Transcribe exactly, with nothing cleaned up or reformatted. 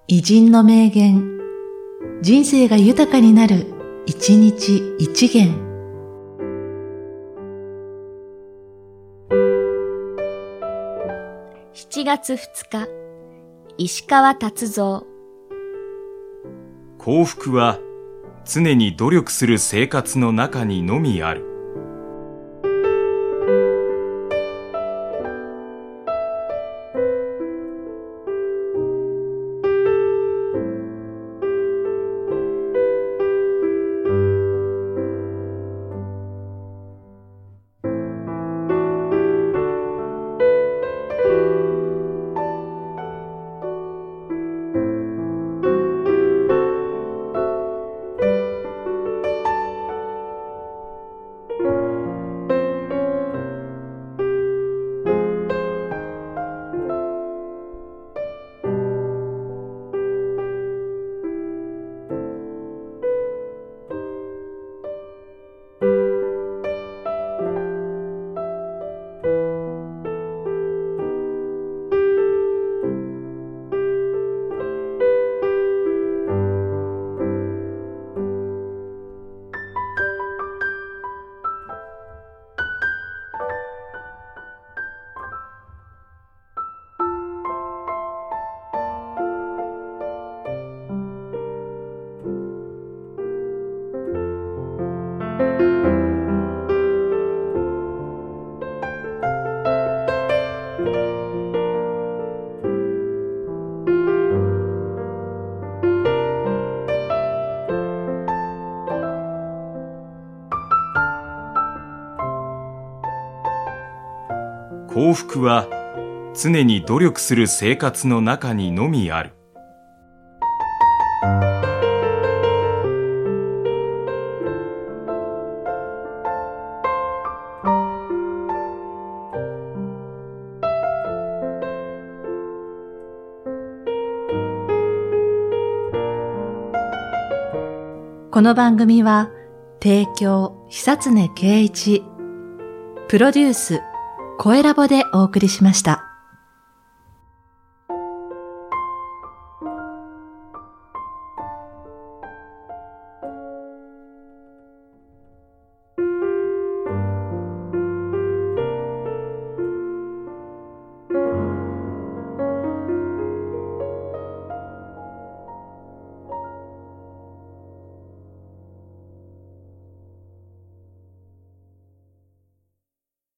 偉人の名言、人生が豊かになる、一日一元。 しちがつふつか、石川達三。 幸福は常に努力する生活の中にのみある。幸福は常に努力する生活の中にのみある。 この番組は提供久常圭一、プロデュース声ラボでお送りしました。